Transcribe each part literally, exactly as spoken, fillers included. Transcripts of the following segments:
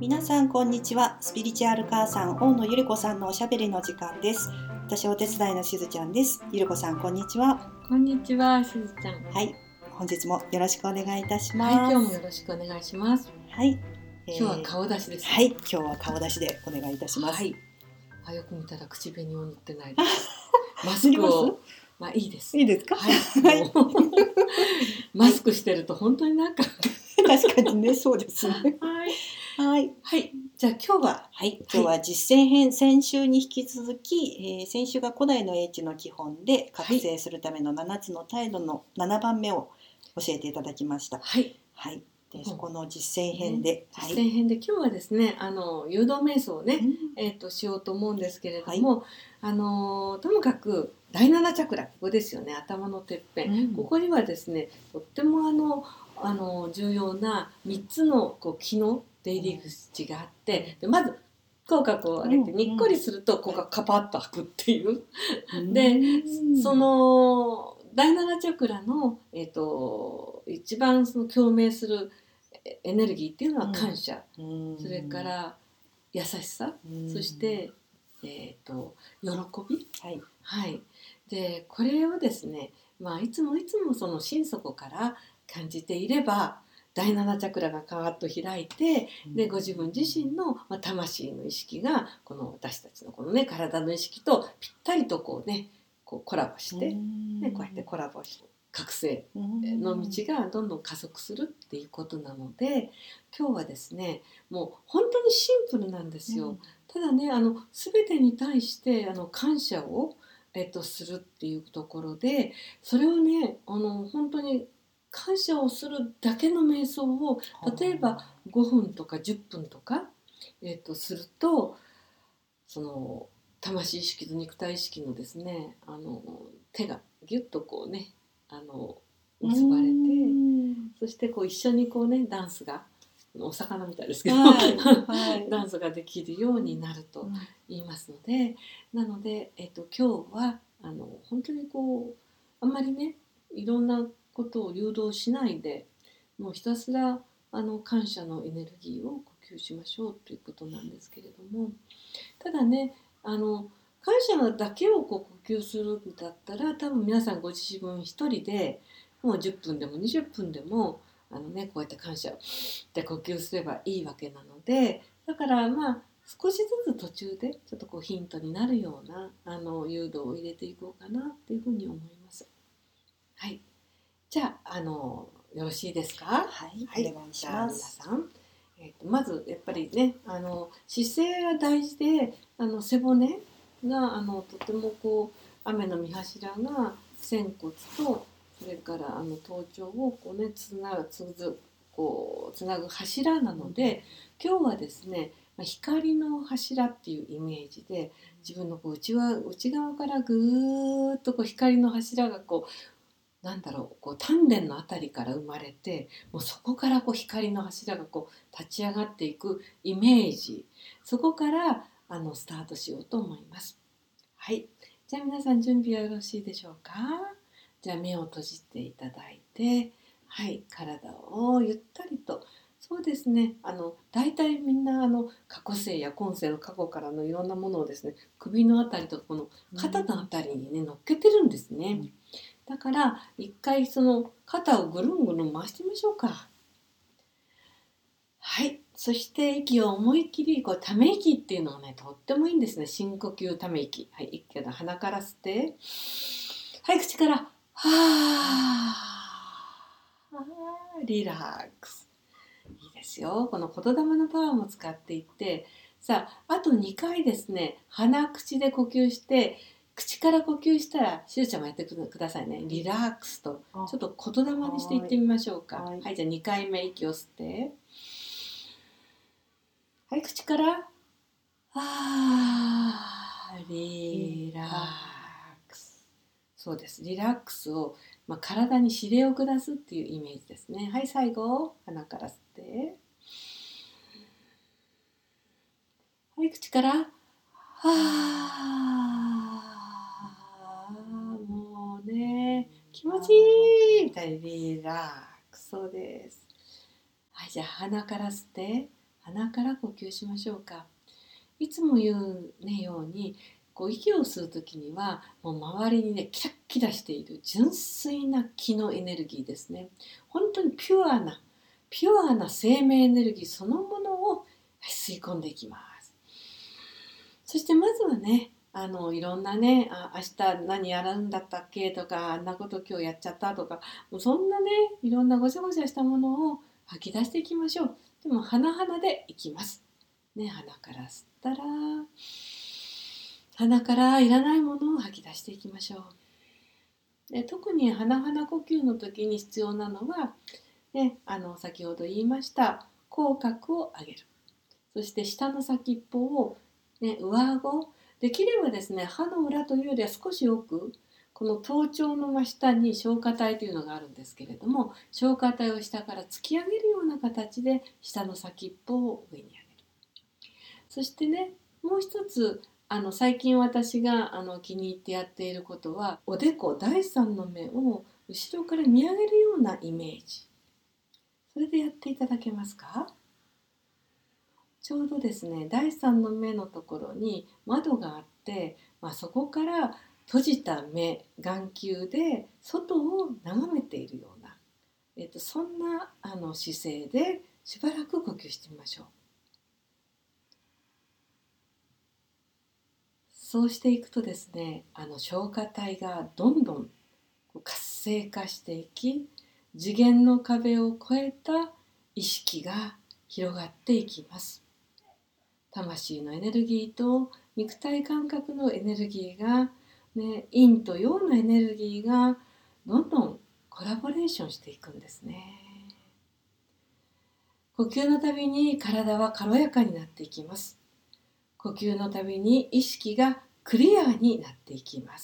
皆さんこんにちは。スピリチュアル母さん大野ゆり子さんのおしゃべりの時間です。私お手伝いのしずちゃんです。ゆり子さんこんにちは。 こんにちは、しずちゃん。 はい、本日もよろしくお願いいたします。 はい、今日もよろしくお願いします。 はい、 今日は顔出しです、ね。 はい、今日は顔出しでお願いいたします。 はい。あ、よく見たら口紅を塗ってないです。マスクを、まあいいです。 いいですか？ はい。マスクしてると本当になんか確かにね、そうですね。 はい。 はい。 はい。じゃあ今日は、 はい、今日は実践編、先週に引き続き、えー、先週が古代の英知の基本で覚醒するためのななつの態度のななばんめを教えていただきました。 はい。 はい。で、そこの実践編で、 ね、実践編で今日はですね、あの誘導瞑想をね、 うん、 えっとしようと思うんですけれども、はい、あのともかくだいななチャクラ、ここですよね、頭のてっぺん、うん、ここにはですね、とってもあのあの重要なみっつのこう気の出入り口があって、でまず口角を上げてにっこりするとここがカパッと開くっていう、うん、でそのだいななチャクラの、えー、と一番その共鳴するエネルギーっていうのは感謝、うん、それから優しさ、うん、そして、えー、と喜び、はいはい、でこれをですね、まあ、いつもいつもその心底から感じていればだいななチャクラがカーッと開いて、でご自分自身の、まあ、魂の意識がこの私たちのこの、ね、体の意識とぴったりとこうねこうコラボして、ね、こうやってコラボして覚醒の道がどんどん加速するっていうことなので、今日はですねもう本当にシンプルなんですよ、うん、ただねあの全てに対してあの感謝を、えっと、するっていうところで、それをねあの本当に感謝をするだけの瞑想を例えばごふんとかじゅっぷんとか、えっと、するとその魂意識と肉体意識のですねあの手がギュッとこうねあの結ばれて、そしてこう一緒にこうねダンスがお魚みたいですけど、はいはい、ダンスができるようになると言いますので、うん、なので、えっと、今日はあの本当にこうあんまりねいろんなことを誘導しないでもうひたすらあの感謝のエネルギーを呼吸しましょうということなんですけれども、ただねあの感謝だけをこう呼吸するんだったら多分皆さんご自分一人でもうじゅっぷんでもにじゅっぷんでもあの、ね、こうやって感謝で呼吸すればいいわけなので、だからまあ少しずつ途中でちょっとこうヒントになるようなあの誘導を入れていこうかなっていうふうに思います。はい、じゃあ、あのよろしいですか？ はい、はい、お願いします。 皆さん、えー、とまずやっぱりねあの姿勢が大事で、あの背骨があのとてもこう雨の御柱が仙骨とそれからあの頭頂をこうねつなぐつづこうつなぐ柱なので、今日はですね光の柱っていうイメージで自分のこう内側、内側からぐーっとこう光の柱がこうなんだろう、こう丹田のあたりから生まれて、もうそこからこう光の柱がこう立ち上がっていくイメージ、そこからあのスタートしようと思います。はい、じゃあ皆さん準備はよろしいでしょうか？じゃあ目を閉じていただいて、はい、体をゆったりと、そうですね、あのだいたいみんなあの過去世や今世の過去からのいろんなものをですね首のあたりとこの肩のあたりにね乗っけてるんですね。うん、だから一回その肩をぐるんぐるん回してみましょうか。はい、そして息を思いっきりこうため息っていうのがねとってもいいんですね。深呼吸ため息、はい、息を鼻から吸って、はい、口からはーリラックス、いいですよ。この言霊のパワーも使っていって、さああとにかいですね鼻口で呼吸して口から呼吸したらしゅうちゃんもやってくださいね。リラックスとちょっと言霊にしていってみましょうか。はい、はい、じゃあにかいめ息を吸って、はい、口からあーリラックス、そうです、リラックスを、まあ、体に指令を下すっていうイメージですね。はい、最後鼻から吸って、はい、口からはー、もうね気持ちいいみたいにリラックス、そうです。はい、じゃあ鼻から吸って、 鼻から呼吸しましょうか。いつも言う、ね、ようにこう息を吸う時にはもう周りにねキラッキラしている純粋な気のエネルギーですね。本当にピュアなピュアな生命エネルギーそのものを吸い込んでいきます。そしてまずはねあのいろんなねあ明日何やるんだったっけとかあんなこと今日やっちゃったとかもうそんなねいろんなごちゃごちゃしたものを吐き出していきましょう。でも鼻鼻でいきます、ね、鼻から吸ったら鼻からいらないものを吐き出していきましょう。で特に鼻鼻呼吸の時に必要なのは、ね、あの先ほど言いました口角を上げる。そして下の先っぽを、ね、上顎できればですね歯の裏というよりは少し奥この頭頂の真下に消化体というのがあるんですけれども消化体を下から突き上げるような形で下の先っぽを上に上げる。そしてねもう一つあの最近私があの気に入ってやっていることはおでこ第三の目を後ろから見上げるようなイメージ。それでやっていただけますか。ちょうどですね第三の目のところに窓があって、まあ、そこから閉じた目眼球で外を眺めているような、えっと、そんなあの姿勢でしばらく呼吸してみましょう。そうしていくとですねあの消化体がどんどん活性化していき次元の壁を越えた意識が広がっていきます。魂のエネルギーと肉体感覚のエネルギーが、ね、陰と陽のエネルギーがどんどんコラボレーションしていくんですね。呼吸のたびに体は軽やかになっていきます。呼吸のたびに意識がクリアになっていきます。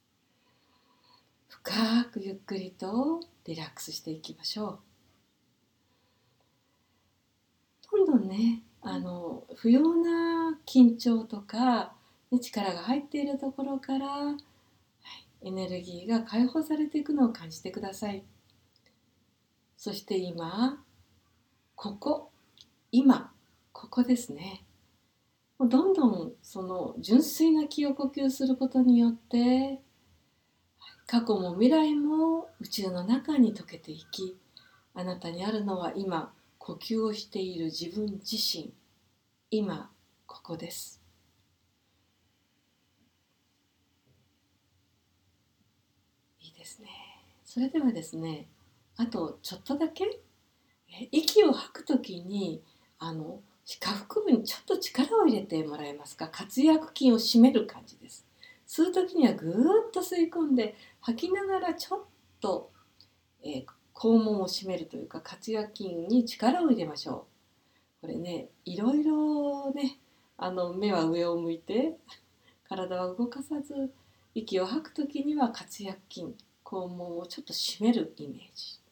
深くゆっくりとリラックスしていきましょう。どんどんねあの不要な緊張とか、ね、力が入っているところから、はい、エネルギーが解放されていくのを感じてください。そして今ここ今ここですね。もうどんどんその純粋な気を呼吸することによって過去も未来も宇宙の中に溶けていきあなたにあるのは今呼吸をしている自分自身今ここです。いいですね。それではですねあとちょっとだけ息を吐くときにあの下腹部にちょっと力を入れてもらえますか。括約筋を締める感じです。吸うときにはぐーっと吸い込んで吐きながらちょっと、えー、肛門を締めるというか括約筋に力を入れましょう。これねいろいろねあの目は上を向いて体は動かさず息を吐くときには括約筋肛門をちょっと締めるイメージ。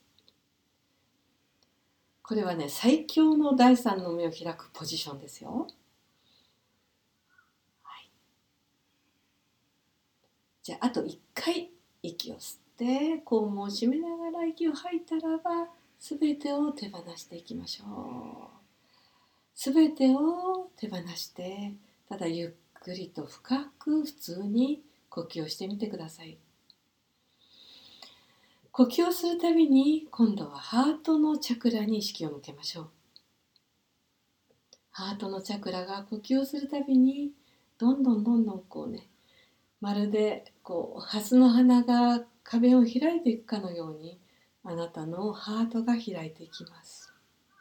これはね最強の第三の目を開くポジションですよ、はい、じゃああといっかい息を吸って肛門を締めながら息を吐いたらば全てを手放していきましょう。全てを手放してただゆっくりと深く普通に呼吸をしてみてください。呼吸をするたびに今度はハートのチャクラに意識を向けましょう。ハートのチャクラが呼吸をするたびにどんどんどんどんこうねまるでこうハスの花が花弁を開いていくかのようにあなたのハートが開いていきます。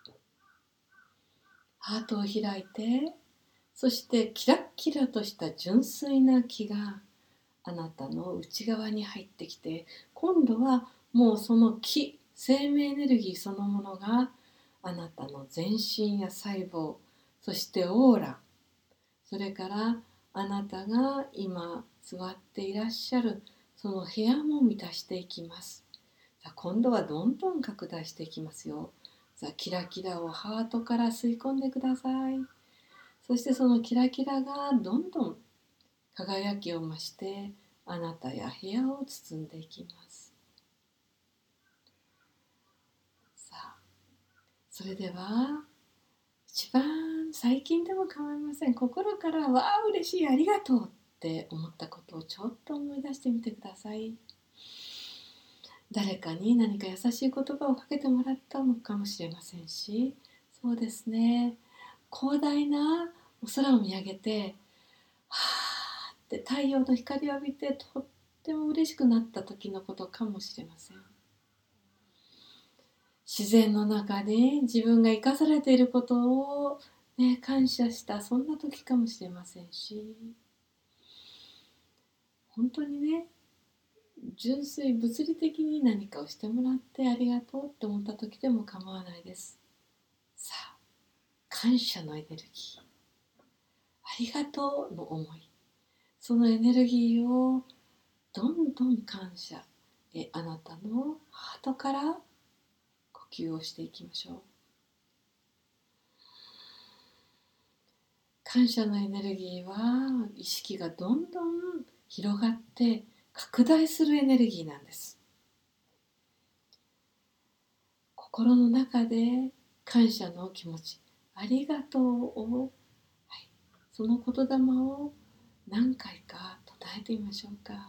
ハートを開いてそしてキラッキラとした純粋な気があなたの内側に入ってきて今度はもうその気生命エネルギーそのものがあなたの全身や細胞そしてオーラそれからあなたが今座っていらっしゃるその部屋も満たしていきます。さあ今度はどんどん拡大していきますよ。さあキラキラをハートから吸い込んでください。そしてそのキラキラがどんどん輝きを増してあなたや部屋を包んでいきます。さあそれでは一番最近でも構いません。心からわあ嬉しいありがとうって思ったことをちょっと思い出してみてください。誰かに何か優しい言葉をかけてもらったのかもしれませんし、そうですね、広大なお空を見上げてはーって太陽の光を浴びてとっても嬉しくなった時のことかもしれません。自然の中で自分が生かされていることを、ね、感謝したそんな時かもしれませんし、本当にね、純粋物理的に何かをしてもらってありがとうって思った時でも構わないです。さあ、感謝のエネルギー、ありがとうの思い、そのエネルギーをどんどん感謝、えあなたのハートから呼吸をしていきましょう。感謝のエネルギーは意識がどんどん広がって拡大するエネルギーなんです。心の中で感謝の気持ち、ありがとうを、はい、その言霊を何回か唱えてみましょうか、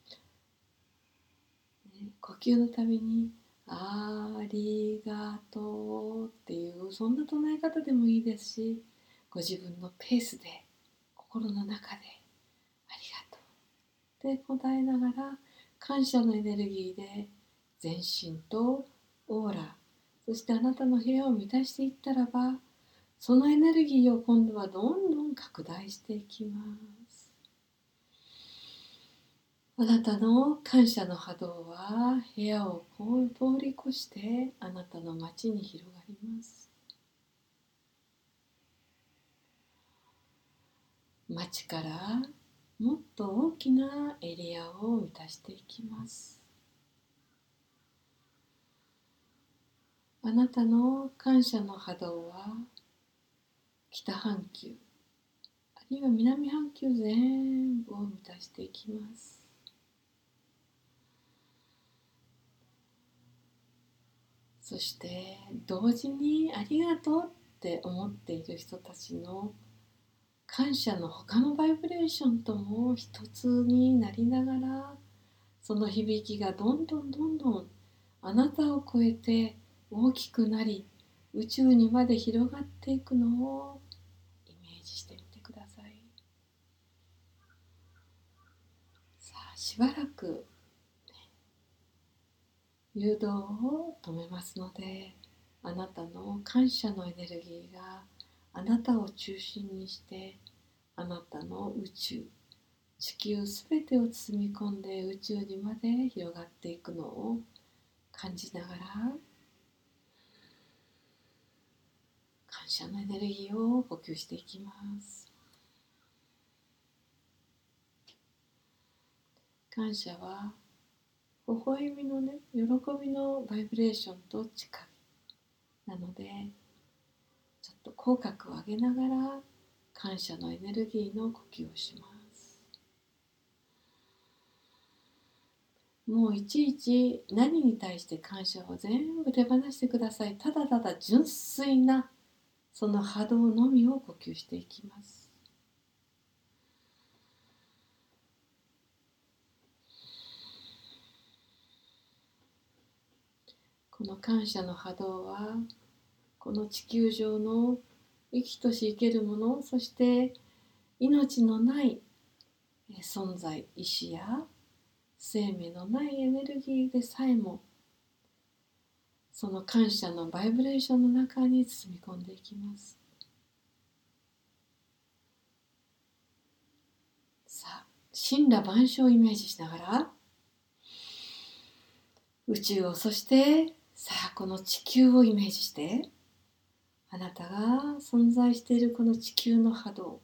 ね、呼吸のたびにありがとうっていうそんな唱え方でもいいですし、ご自分のペースで心の中でありがとうって答えながら感謝のエネルギーで全身とオーラ、そしてあなたの部屋を満たしていったらば、そのエネルギーを今度はどんどん拡大していきます。あなたの感謝の波動は部屋をこう通り越してあなたの街に広がります。街からもっと大きなエリアを満たしていきます。あなたの感謝の波動は北半球あるいは南半球全部を満たしていきます。そして同時にありがとうって思っている人たちの感謝の他のバイブレーションとも一つになりながら、その響きがどんどんどんどんあなたを超えて大きくなり宇宙にまで広がっていくのをイメージしてみてください。さあ、しばらく誘導を止めますので、あなたの感謝のエネルギーがあなたを中心にしてあなたの宇宙、地球すべてを包み込んで宇宙にまで広がっていくのを感じながら、感謝のエネルギーを呼吸していきます。感謝は微笑みのね、喜びのバイブレーションと近いなので、ちょっと口角を上げながら感謝のエネルギーの呼吸をします。もういちいち何に対して感謝を全部手放してください。ただただ純粋なその波動のみを呼吸していきます。この感謝の波動はこの地球上の生きとし生けるもの、そして命のない存在、意志や生命のないエネルギーでさえもその感謝のバイブレーションの中に包み込んでいきます。さあ、神羅万象をイメージしながら宇宙を、そしてさあこの地球をイメージして、あなたが存在しているこの地球の波動、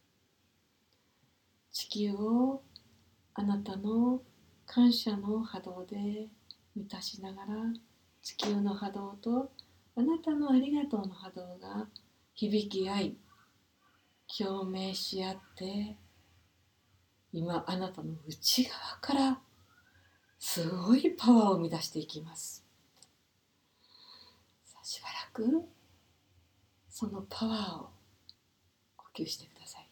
地球をあなたの感謝の波動で満たしながら、地球の波動とあなたのありがとうの波動が響き合い共鳴し合って、今あなたの内側からすごいパワーを生み出していきます。さあ、しばらくそのパワーを呼吸してください。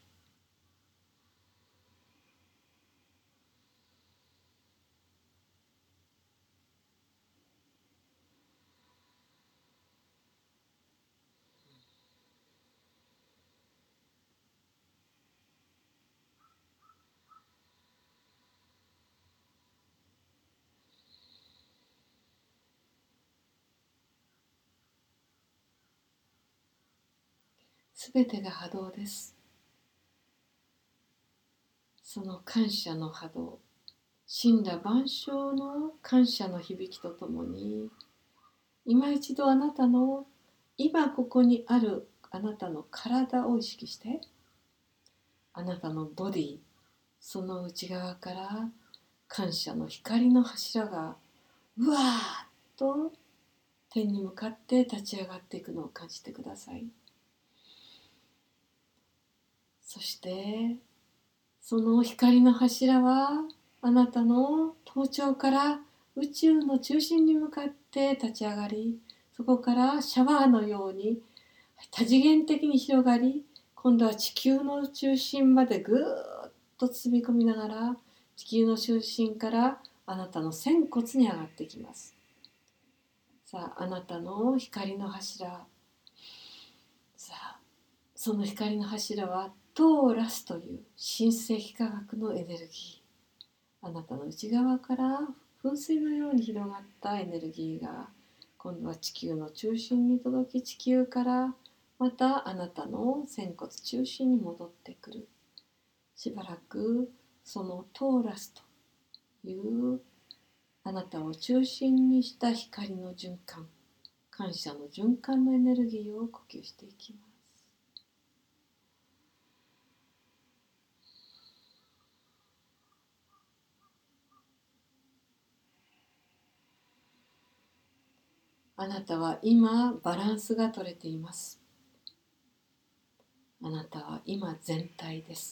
すべてが波動です。その感謝の波動、森羅万象の感謝の響きとともに、今一度あなたの今ここにあるあなたの体を意識して、あなたのボディ、その内側から感謝の光の柱がうわーっと天に向かって立ち上がっていくのを感じてください。そしてその光の柱はあなたの頭頂から宇宙の中心に向かって立ち上がり、そこからシャワーのように多次元的に広がり、今度は地球の中心までぐーっと包み込みながら、地球の中心からあなたの仙骨に上がってきます。さあ、あなたの光の柱、さあその光の柱はトーラスという新世紀科学のエネルギー、あなたの内側から噴水のように広がったエネルギーが今度は地球の中心に届き、地球からまたあなたの仙骨中心に戻ってくる。しばらくそのトーラスというあなたを中心にした光の循環、感謝の循環のエネルギーを呼吸していきます。あなたは今バランスが取れています。あなたは今全体です。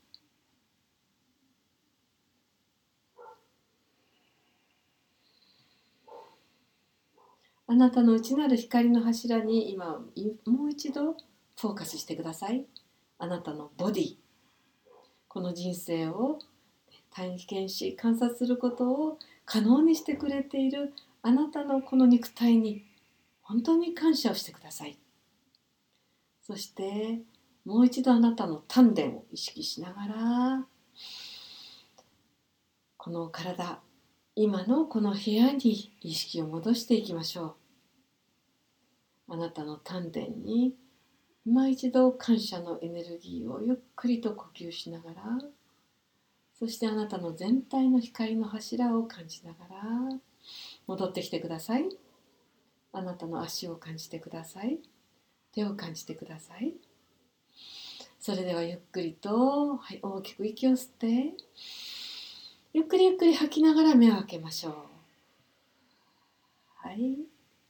あなたの内なる光の柱に今もう一度フォーカスしてください。あなたのボディ、この人生を体験し観察することを可能にしてくれているあなたのこの肉体に本当に感謝をしてください。そしてもう一度あなたの丹田を意識しながら、この体、今のこの部屋に意識を戻していきましょう。あなたの丹田に今一度感謝のエネルギーをゆっくりと呼吸しながら、そしてあなたの全体の光の柱を感じながら戻ってきてください。あなたの足を感じてください。手を感じてください。それではゆっくりと、はい、大きく息を吸って、ゆっくりゆっくり吐きながら目を開けましょう。はい。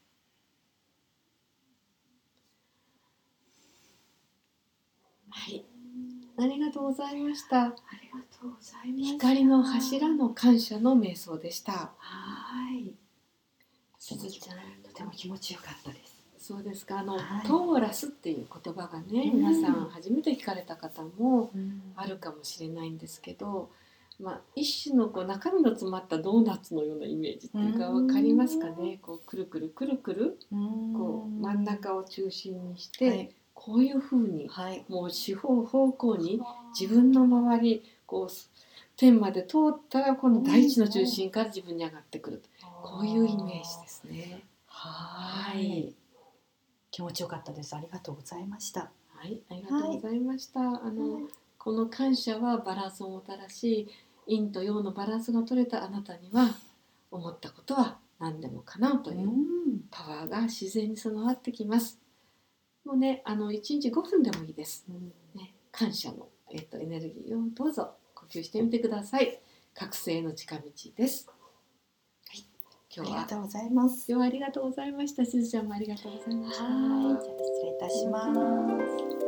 はい。ありがとうございました。 ありがとうございました。 光の柱の感謝の瞑想でした。 はい。すずちゃん、とても気持ちよかったです。 そうですか。あの、 はい、 トーラスっていう言葉がね、皆さん初めて聞かれた方もあるかもしれないんですけど、うん、まあ、一種のこう中身の詰まったドーナツのようなイメージっていうか、分かりますかね。こうくるくるくるくる、こう真ん中を中心にして、はい、こういうふうに、はい、もう四方方向に自分の周りこう天まで通ったら、この大地の中心から自分に上がってくる、こういうイメージですね。 はい。気持ちよかったです。ありがとうございました。 はい、ありがとうございました。はい、あの、はい、この感謝はバランスをもたらし、陰と陽のバランスが取れたあなたには、思ったことは何でも叶うというパワーが自然に備わってきます。もうね、あのいちにちごふんでもいいです。ね、感謝の、えっと、エネルギーをどうぞ呼吸してみてください。覚醒の近道です。 今日はありがとうございます。 今日はありがとうございました。すずちゃんもありがとうございました。 はい、じゃあ失礼いたします。